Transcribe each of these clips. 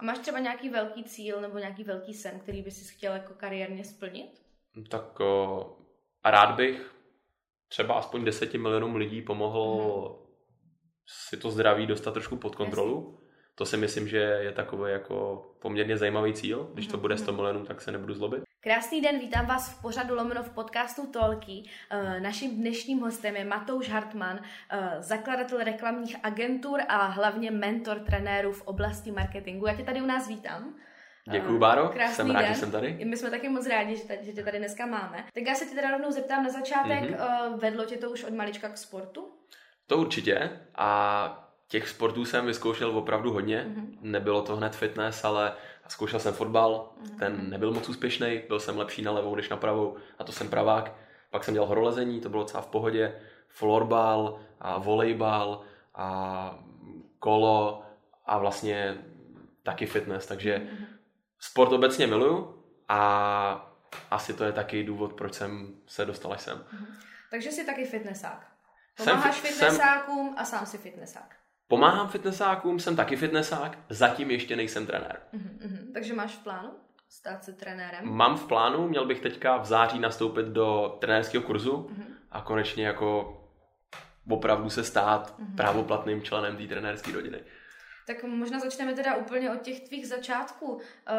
A máš třeba nějaký velký cíl nebo nějaký velký sen, který by si chtěl jako kariérně splnit? Tak rád bych třeba aspoň 10 milionům lidí pomohl si to zdraví dostat trošku pod kontrolu. To si myslím, že je takový jako poměrně zajímavý cíl. Když to bude 100 milionů, tak se nebudu zlobit. Krásný den, vítám vás v pořadu lomeno v podcastu Talky. Naším dnešním hostem je Matouš Hartmann, zakladatel reklamních agentur a hlavně mentor trenérů v oblasti marketingu. Já tě tady u nás vítám. Děkuju, Báro, Krásný jsem rád, den. že jsem tady. My jsme taky moc rádi, že tě tady dneska máme. Tak já se tě teda rovnou zeptám na začátek, vedlo tě to už od malička k sportu? To určitě a těch sportů jsem vyzkoušel opravdu hodně. Nebylo to hned fitness, ale zkoušel jsem fotbal, ten nebyl moc úspěšný, byl jsem lepší na levou než na pravou a to jsem pravák. Pak jsem dělal horolezení, to bylo docela v pohodě, florbal a volejbal a kolo a vlastně taky fitness, takže sport obecně miluju a asi to je taky důvod, proč jsem se dostal až sem. Takže jsi taky fitnessák. Pomáháš fitnessákům a sám si fitnessák. Pomáhám fitnessákům, jsem taky fitnessák, zatím ještě nejsem trenér. Takže máš v plánu stát se trenérem? Mám v plánu, měl bych teďka v září nastoupit do trenérského kurzu a konečně jako opravdu se stát právoplatným členem té trenérské rodiny. Tak možná začneme teda úplně od těch tvých začátků.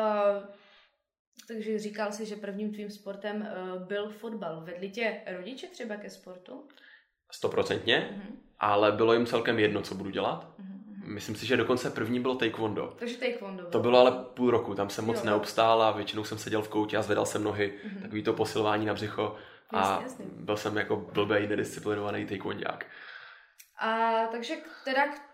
Takže říkal jsi, že prvním tvým sportem byl fotbal. Vedli tě rodiče třeba ke sportu? 100%, ale bylo jim celkem jedno, co budu dělat. Myslím si, že dokonce první bylo taekwondo. Takže taekwondo. To bylo ale půl roku, tam jsem moc neobstál a většinou jsem seděl v koutě a zvedal jsem nohy, takový to posilování na břicho a jasně. byl jsem jako blbej, nedisciplinovaný taekwondák. A takže teda k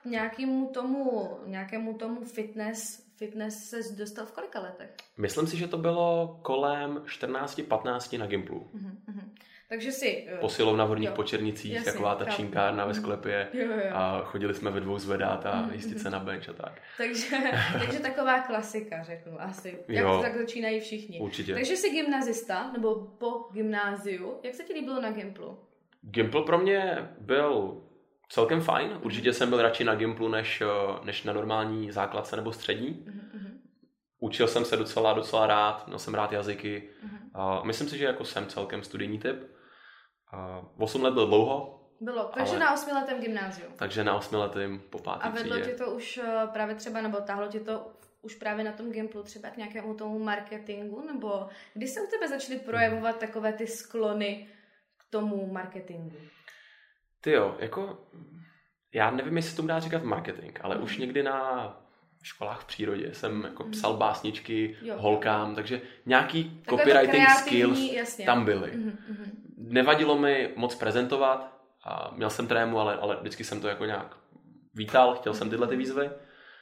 nějakému tomu fitness ses dostal v kolika letech? Myslím si, že to bylo kolem 14-15 na Gimplu. Takže si... Posilovna v Horních Počernicích, taková ta činkárna ve sklepě a chodili jsme ve dvou zvedat a jistit se na bench a tak. Takže taková klasika, řeknu asi. Jak to tak začínají všichni. Určitě. Takže jsi gymnazista, nebo po gymnáziu. Jak se ti líbilo na Gimplu? Gimpl pro mě byl celkem fajn. Určitě jsem byl radši na Gimplu než na normální základce nebo střední. Učil jsem se docela rád, měl jsem rád jazyky. Myslím si, že jako jsem celkem studijní typ. 8 let byl dlouho. Takže na 8letém gymnáziu. Takže na 8letém po 5. A vedlo tě to už právě třeba, nebo táhlo tě to už právě na tom Gimplu třeba k nějakému tomu marketingu? Nebo kdy se u tebe začaly projevovat takové ty sklony k tomu marketingu? Tyjo, jako já nevím, jestli tomu dá říkat marketing, ale už někdy na školách v přírodě jsem jako psal básničky holkám, takže nějaký copywriting skills tam byly. Nevadilo mi moc prezentovat, a měl jsem trému, ale vždycky jsem to jako nějak vítal, chtěl jsem tyhle ty výzvy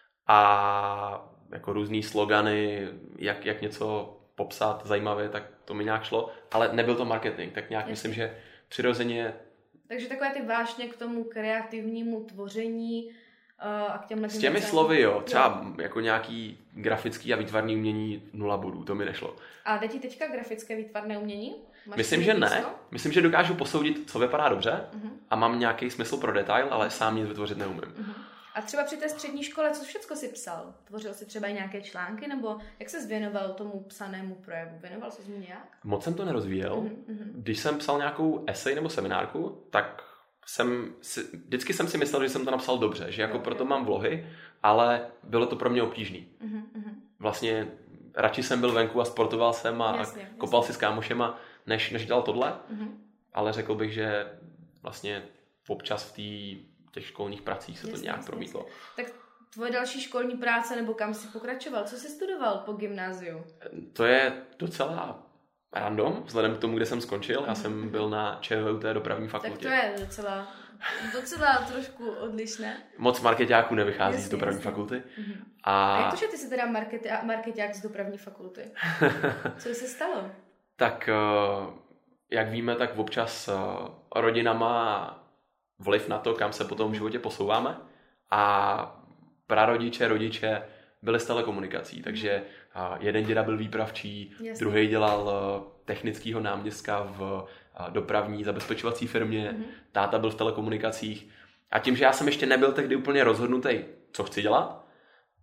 a jako různý slogany, jak něco popsat zajímavě, tak to mi nějak šlo, ale nebyl to marketing, tak nějak myslím, že přirozeně. Takže takové ty vášně k tomu kreativnímu tvoření a k těmhle... S těmi slovy, třeba jako nějaký grafický a výtvarný umění 0 bodů, to mi nešlo. A jde ti teďka grafické výtvarné umění? Myslím, že ne. Myslím, že dokážu posoudit, co vypadá dobře a mám nějaký smysl pro detail, ale sám nic vytvořit neumím. A třeba při té střední škole, co všechno jsi psal? Tvořil jsi třeba i nějaké články, nebo jak ses věnoval tomu psanému projevu? Věnoval jsi mu nějak? Moc jsem to nerozvíjel. Když jsem psal nějakou esej nebo seminárku, tak vždycky jsem si myslel, že jsem to napsal dobře, že jako proto mám vlohy, ale bylo to pro mě obtížný. Vlastně radši jsem byl venku a sportoval jsem a kopal si s kámošema, než dělal tohle, ale řekl bych, že vlastně občas v těch školních pracích se to nějak promítlo. Tak tvoje další školní práce, nebo kam jsi pokračoval? Co jsi studoval po gymnáziu? To je docela random, vzhledem k tomu, kde jsem skončil. Já jsem byl na ČVUT dopravní fakultě. Tak to je docela trošku odlišné. Moc markeťáků nevychází z dopravní fakulty. A jak to, že ty jsi teda markeťák z dopravní fakulty? Co se stalo? Tak jak víme, tak občas rodina má vliv na to, kam se potom v životě posouváme. A rodiče byli z telekomunikací, takže jeden děda byl výpravčí, druhý dělal technického náměstka v dopravní zabezpečovací firmě, táta byl v telekomunikacích. A tím, že já jsem ještě nebyl tehdy úplně rozhodnutý, co chci dělat,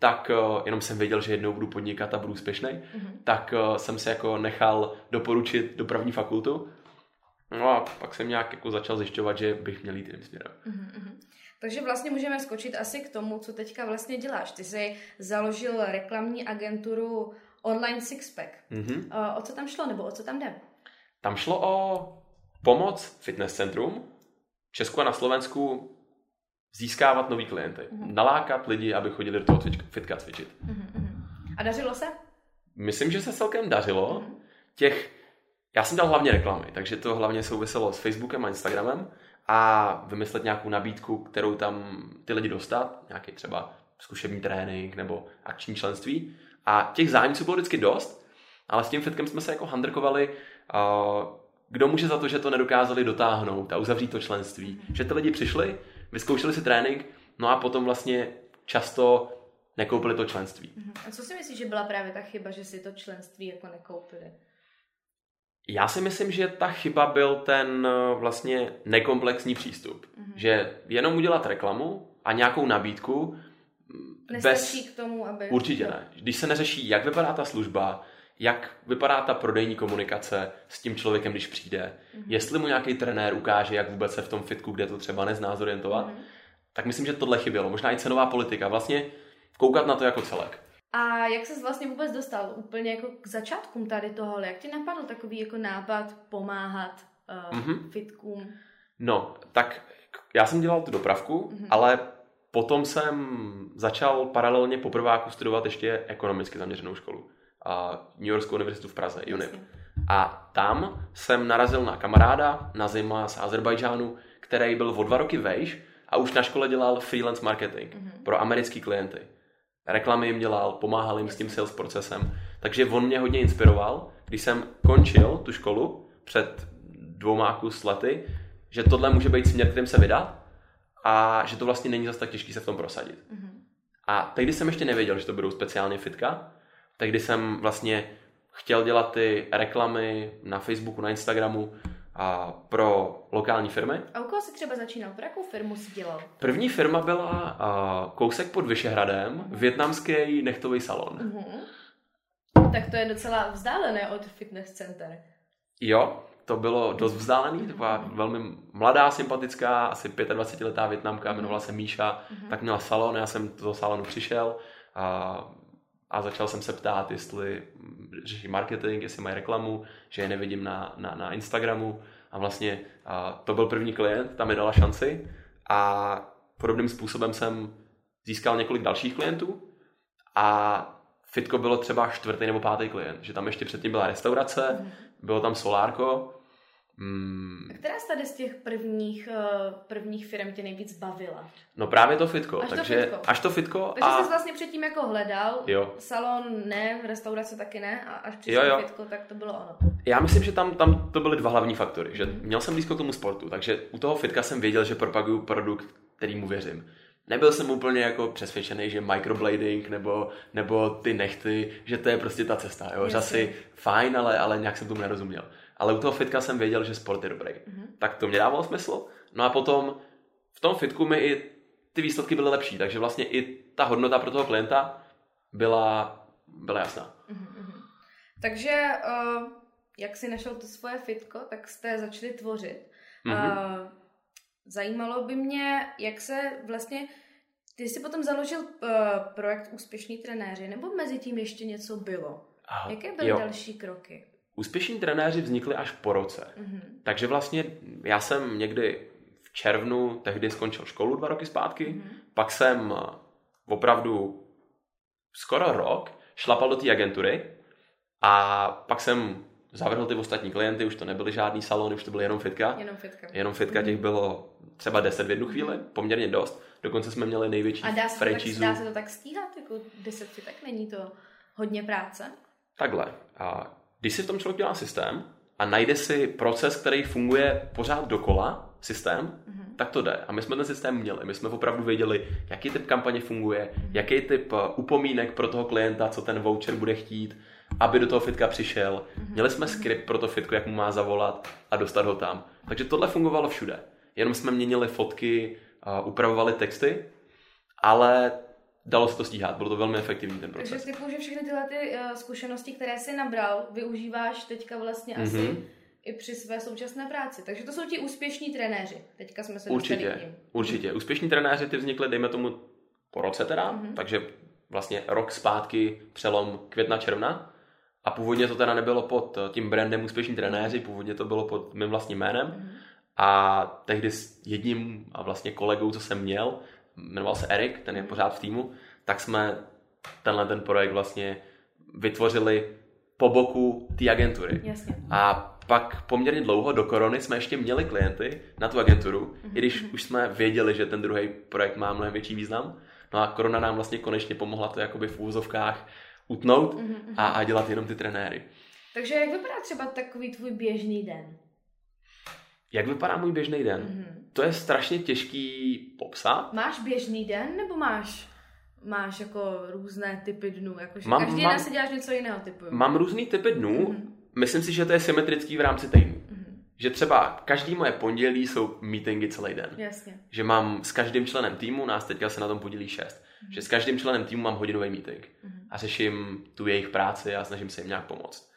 tak jenom jsem věděl, že jednou budu podnikat a budu úspěšný, tak jsem se jako nechal doporučit dopravní fakultu. No a pak jsem nějak jako začal zjišťovat, že bych měl jít jiným směrem. Takže vlastně můžeme skočit asi k tomu, co teďka vlastně děláš. Ty jsi založil reklamní agenturu Online Sixpack. O co tam šlo, nebo o co tam jde? Tam šlo o pomoc fitness centrum v Česku a na Slovensku získávat nový klienty. Nalákat lidi, aby chodili do toho fitka cvičit. A dařilo se? Myslím, že se celkem dařilo. Já jsem dělal hlavně reklamy, takže to hlavně souviselo s Facebookem a Instagramem a vymyslet nějakou nabídku, kterou tam ty lidi dostat, nějaký třeba zkušební trénink nebo akční členství. A těch zájemců bylo vždycky dost, ale s tím fitkem jsme se jako handrkovali, kdo může za to, že to nedokázali dotáhnout a uzavřít to členství. Že ty lidi přišli, vyzkoušeli si trénink, no a potom vlastně často nekoupili to členství. A co si myslíš, že byla právě ta chyba, že si to členství jako nekoupili? Já si myslím, že ta chyba byl ten vlastně nekomplexní přístup. Že jenom udělat reklamu a nějakou nabídku nestačí k tomu, aby... Určitě ne. Když se neřeší, jak vypadá ta služba, jak vypadá ta prodejní komunikace s tím člověkem, když přijde, jestli mu nějaký trenér ukáže, jak vůbec se v tom fitku, kde to třeba nezná, zorientovat, tak myslím, že tohle chybělo. Možná i cenová politika. Vlastně koukat na to jako celek. A jak ses vlastně vůbec dostal úplně jako k začátkům tady tohle? Jak ti napadl takový jako nápad pomáhat fitkům? No, tak já jsem dělal tu dopravku, ale potom jsem začal paralelně po prváku studovat ještě ekonomicky zaměřenou školu. New Yorkskou univerzitu v Praze, UNIP. A tam jsem narazil na kamaráda, Nazima z Azerbajdžánu, který byl o 2 roky vejš a už na škole dělal freelance marketing pro americký klienty. Reklamy jim dělal, pomáhal jim s tím sales procesem. Takže on mě hodně inspiroval, když jsem končil tu školu před 2 lety, že tohle může být směr, kterým se vydat a že to vlastně není zase tak těžký se v tom prosadit. A tehdy jsem ještě nevěděl, že to budou speciálně fitka. Tehdy jsem vlastně chtěl dělat ty reklamy na Facebooku, na Instagramu pro lokální firmy. A u koho jsi třeba začínal? Pro jakou firmu jsi dělal? První firma byla kousek pod Vyšehradem, vietnamský nechtový salon. Tak to je docela vzdálené od fitness center. Jo, to bylo dost vzdálený. To byla velmi mladá, sympatická, asi 25letá Vietnamka, jmenovala se Míša, tak měla salon, já jsem do toho salonu přišel a začal jsem se ptát, jestli řeší marketing, jestli mají reklamu, že je nevidím na Instagramu a vlastně to byl první klient, tam mi dala šanci a podobným způsobem jsem získal několik dalších klientů a fitko bylo třeba 4. nebo 5. klient, že tam ještě předtím byla restaurace, bylo tam solárko. A která z tady z těch prvních firm tě nejvíc bavila? No právě to fitko. Až to fitko. Takže jsi vlastně předtím jako hledal, salon ne, restaurace taky ne a až přišel fitko, tak to bylo ono. Já myslím, že tam to byly 2 hlavní faktory. Že měl jsem blízko k tomu sportu, takže u toho fitka jsem věděl, že propaguju produkt, kterýmu věřím. Nebyl jsem úplně jako přesvědčený, že microblading nebo ty nechty, že to je prostě ta cesta. Jo? Že asi fajn, ale nějak jsem tomu nerozuměl. Ale u toho fitka jsem věděl, že sport je dobrý. Tak to mě dávalo smysl. No a potom v tom fitku mi i ty výsledky byly lepší, takže vlastně i ta hodnota pro toho klienta byla jasná. Takže jak jsi našel to svoje fitko, tak jste začali tvořit. Zajímalo by mě, jak se vlastně... Ty jsi potom založil projekt Úspěšní trenéři, nebo mezi tím ještě něco bylo? Jaké byly další kroky? Úspěšní trenéři vznikli až po roce. Takže vlastně já jsem někdy v červnu tehdy skončil školu 2 roky zpátky, pak jsem opravdu skoro rok šlapal do té agentury a pak jsem zavrhl ty ostatní klienty, už to nebyly žádný salony, už to byly jenom fitka. Jenom fitka, těch bylo třeba 10 v jednu chvíli, poměrně dost. Dokonce jsme měli největší franchise. A dá se to tak stíhat? Jako 10 fitek, není to hodně práce? Takhle. Když si v tom člověk dělá systém a najde si proces, který funguje pořád dokola, systém, tak to jde. A my jsme ten systém měli. My jsme opravdu věděli, jaký typ kampaně funguje, jaký typ upomínek pro toho klienta, co ten voucher bude chtít, aby do toho fitka přišel. Měli jsme skript pro to fitko, jak mu má zavolat a dostat ho tam. Takže tohle fungovalo všude. Jenom jsme měnili fotky, upravovali texty, ale dalo se to stíhat, bylo to velmi efektivní ten proces. Takže typu, že všechny tyhle zkušenosti, které jsi nabral, využíváš teďka vlastně asi i při své současné práci. Takže to jsou ti úspěšní trenéři. Teďka jsme se dostali k nim. Určitě. Úspěšní trenéři ty vznikly, dejme tomu, po roce teda, takže vlastně rok zpátky, přelom května, června. A původně to teda nebylo pod tím brandem úspěšní trenéři, původně to bylo pod mým vlastním jménem. A tehdy s jedním a vlastně kolegou, co jsem měl, jmenoval se Erik, ten je pořád v týmu, tak jsme ten projekt vlastně vytvořili po boku té agentury. Jasně. A pak poměrně dlouho do korony jsme ještě měli klienty na tu agenturu, i když už jsme věděli, že ten druhý projekt má mnohem větší význam. No a korona nám vlastně konečně pomohla to jakoby v úvozovkách utnout a dělat jenom ty trenéry. Takže jak vypadá třeba takový tvůj běžný den? Jak vypadá můj běžný den? To je strašně těžký popsat. Máš běžný den nebo máš jako různé typy dnů? Jakože každý den si děláš něco jiného typu. Mám různý typy dnů. Myslím si, že to je symetrický v rámci týdnu. Že třeba každý moje pondělí jsou meetingy celý den. Jasně. Že mám s každým členem týmu, nás teďka se na tom podílí 6, že s každým členem týmu mám hodinový meeting a řeším tu jejich práci a snažím se jim nějak pomoct.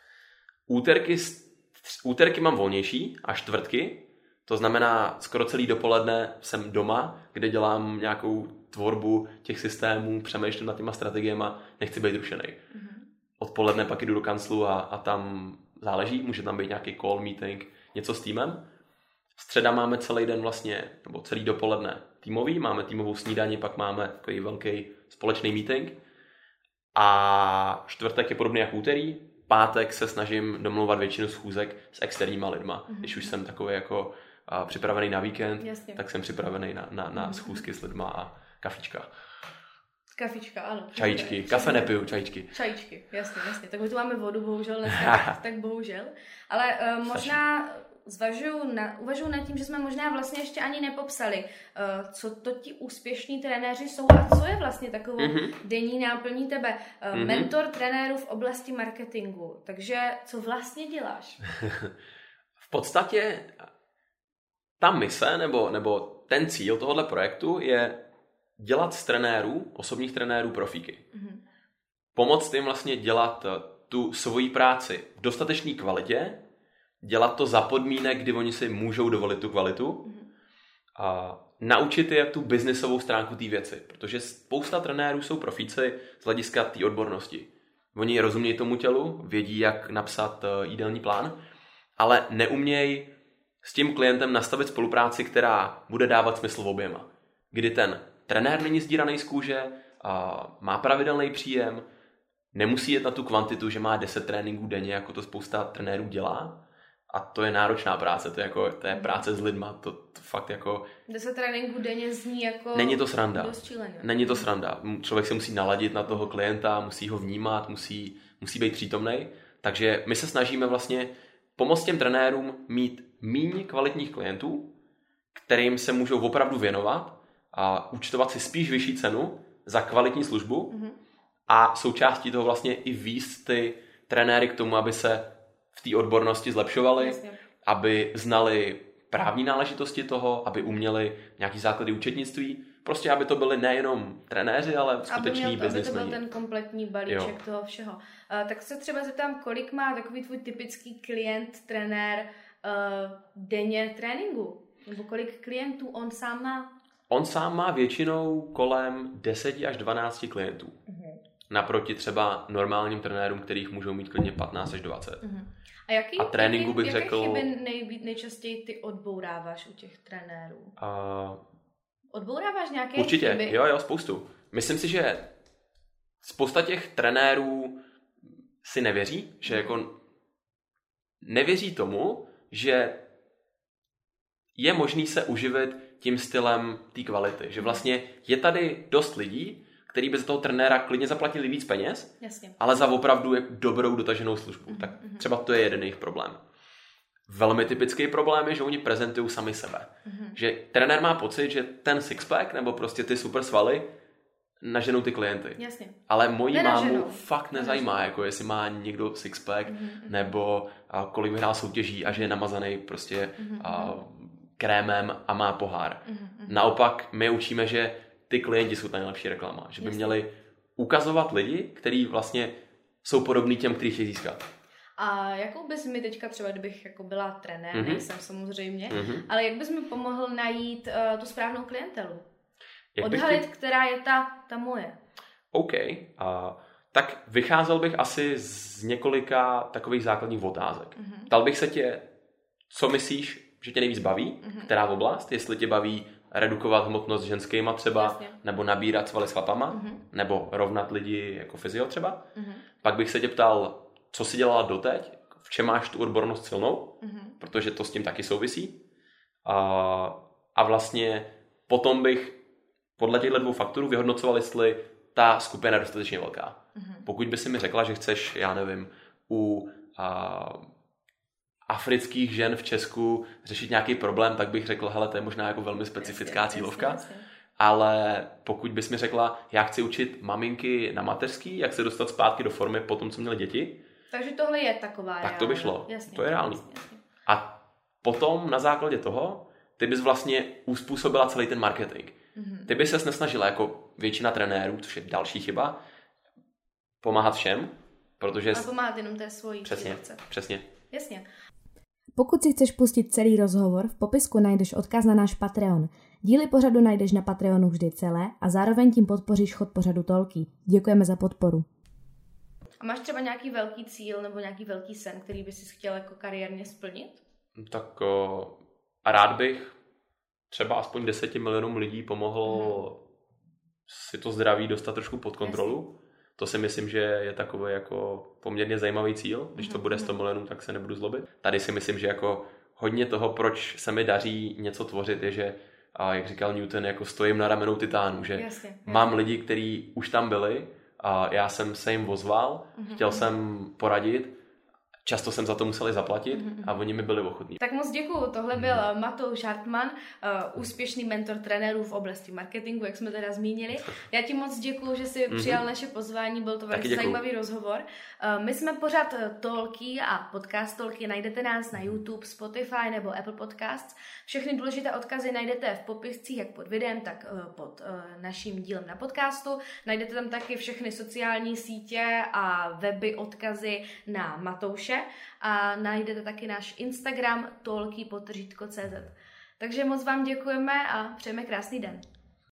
Úterky mám volnější a čtvrtky, to znamená skoro celý dopoledne jsem doma, kde dělám nějakou tvorbu těch systémů, přemýšlím nad těma strategiemi, nechci být rušený. Odpoledne pak jdu do kanclu a tam záleží, může tam být nějaký call, meeting, něco s týmem. Středa máme celý den vlastně, nebo celý dopoledne týmový, máme týmovou snídani, pak máme takový velký společný meeting. A čtvrtek je podobný jako úterý, pátek se snažím domlouvat většinu schůzek s externíma lidma. Když už jsem takový jako připravený na víkend, tak jsem připravený na schůzky s lidma a kafička. Kafička, ano. Čajíčky, kafe nepiju, čajíčky. Čajíčky, jasně. Tak my tu máme vodu, bohužel dneska, tak bohužel. Ale možná uvažuji nad tím, že jsme možná vlastně ještě ani nepopsali, co to ti úspěšní trenéři jsou a co je vlastně takovou denní náplní tebe. Mentor trenérů v oblasti marketingu. Takže co vlastně děláš? V podstatě ta mise nebo ten cíl tohoto projektu je dělat z trenérů, osobních trenérů profíky. Pomoct jim vlastně dělat tu svoji práci v dostatečné kvalitě, dělat to za podmínek, kdy oni si můžou dovolit tu kvalitu a naučit je tu biznisovou stránku té věci, protože spousta trenérů jsou profíci z hlediska té odbornosti. Oni rozumějí tomu tělu, vědí, jak napsat jídelní plán, ale neumějí s tím klientem nastavit spolupráci, která bude dávat smysl oběma. Kdy ten trenér není sdíraný z kůže, má pravidelný příjem, nemusí jet na tu kvantitu, že má 10 tréninků denně, jako to spousta trenérů dělá. A to je náročná práce, to je práce s lidma, to fakt jako... 10 tréninků denně zní jako... Není to sranda. Dost šíleně. Není to sranda. Člověk se musí naladit na toho klienta, musí ho vnímat, musí být přítomnej. Takže my se snažíme vlastně pomoct těm trenérům mít míň kvalitních klientů, kterým se můžou opravdu věnovat a účtovat si spíš vyšší cenu za kvalitní službu a součástí toho vlastně i víc ty trenéry k tomu, aby se v té odbornosti zlepšovali, Jasně. aby znali právní náležitosti toho, aby uměli nějaký základy účetnictví, prostě aby to byli nejenom trenéři, ale skuteční biznismeni. Aby to byl ten kompletní balíček toho všeho. Tak se třeba zeptám, kolik má takový tvůj typický klient, trenér denně tréninku? Nebo kolik klientů on sám má? On sám má většinou kolem 10 až 12 klientů. Naproti třeba normálním trenérům, kterých můžou mít klidně 15 až 20. A tréninku bych jaké řekl... chyby nejčastěji ty odbouráváš u těch trenérů? Odbouráváš nějaké určitě, chyby? Jo, spoustu. Myslím si, že spousta těch trenérů si nevěří, že jako nevěří tomu, že je možný se uživit tím stylem té kvality. Že vlastně je tady dost lidí, který by za toho trenéra klidně zaplatili víc peněz, Jasně. ale za opravdu dobrou dotaženou službu. Tak třeba to je jeden jejich problém. Velmi typický problém je, že oni prezentují sami sebe. Že trenér má pocit, že ten sixpack nebo prostě ty super svaly naženou ty klienty. Jasně. Ale moji mámu fakt nezajímá, jako jestli má někdo sixpack nebo kolik vyhrál soutěží a že je namazaný prostě krémem a má pohár. Naopak my učíme, že ty klienti jsou ta nejlepší reklama. Že by měli ukazovat lidi, kteří vlastně jsou podobní těm, kteří chtějí získat. A jakou bys mi teďka třeba, kdybych jako byla trenér, nejsem samozřejmě, ale jak bys mi pomohl najít tu správnou klientelu? Odhalit, která je ta moje. OK. Tak vycházel bych asi z několika takových základních otázek. Ptal bych se tě, co myslíš, že tě nejvíc baví, která oblast, jestli tě baví redukovat hmotnost ženskýma třeba, Jasně. nebo nabírat svaly s chlapama, nebo rovnat lidi jako fyzio třeba. Pak bych se tě ptal, co jsi dělala doteď, v čem máš tu odbornost silnou, protože to s tím taky souvisí. A vlastně potom bych podle těchto 2 faktorů vyhodnocoval, jestli ta skupina je dostatečně velká. Pokud by si mi řekla, že chceš, já nevím, u afrických žen v Česku řešit nějaký problém, tak bych řekl, hele, to je možná jako velmi specifická cílovka. Jasně. Ale pokud bys mi řekla, já chci učit maminky na mateřský, jak se dostat zpátky do formy po tom, co měly děti. Takže tohle je taková. Tak to by šlo. Jasně, to je reálný. Jasně. A potom na základě toho ty bys vlastně uspůsobila celý ten marketing. Ty bys se nesnažila jako většina trenérů, což je další chyba, pomáhat všem, protože... A pomáhat jenom té svojí cílovce. Přesně. Jasně. Pokud si chceš pustit celý rozhovor, v popisku najdeš odkaz na náš Patreon. Díly pořadu najdeš na Patreonu vždy celé a zároveň tím podpoříš chod pořadu Talky. Děkujeme za podporu. A máš třeba nějaký velký cíl nebo nějaký velký sen, který by si chtěl jako kariérně splnit? Tak a rád bych třeba aspoň 10 milionům lidí pomohl si to zdraví dostat trošku pod kontrolu. Jasně. To si myslím, že je takový jako poměrně zajímavý cíl. Když to bude 100 milionů, tak se nebudu zlobit. Tady si myslím, že jako hodně toho, proč se mi daří něco tvořit, je, že, jak říkal Newton, jako stojím na ramenou titánů, že jasně. Mám lidi, kteří už tam byli a já jsem se jim ozval, chtěl jsem poradit, často jsem za to museli zaplatit a oni mi byli ochotní. Tak moc děkuju. Tohle byl Matouš Hartman, úspěšný mentor trenérů v oblasti marketingu, jak jsme teda zmínili. Já ti moc děkuju, že jsi přijal naše pozvání, byl to velice zajímavý rozhovor. My jsme pořád Talky a podcast Talky, najdete nás na YouTube, Spotify nebo Apple Podcasts. Všechny důležité odkazy najdete v popiscích, jak pod videem, tak pod naším dílem na podcastu. Najdete tam taky všechny sociální sítě a weby, odkazy na Matouše. A najdete taky náš Instagram talky_cz. Takže moc vám děkujeme a přejeme krásný den.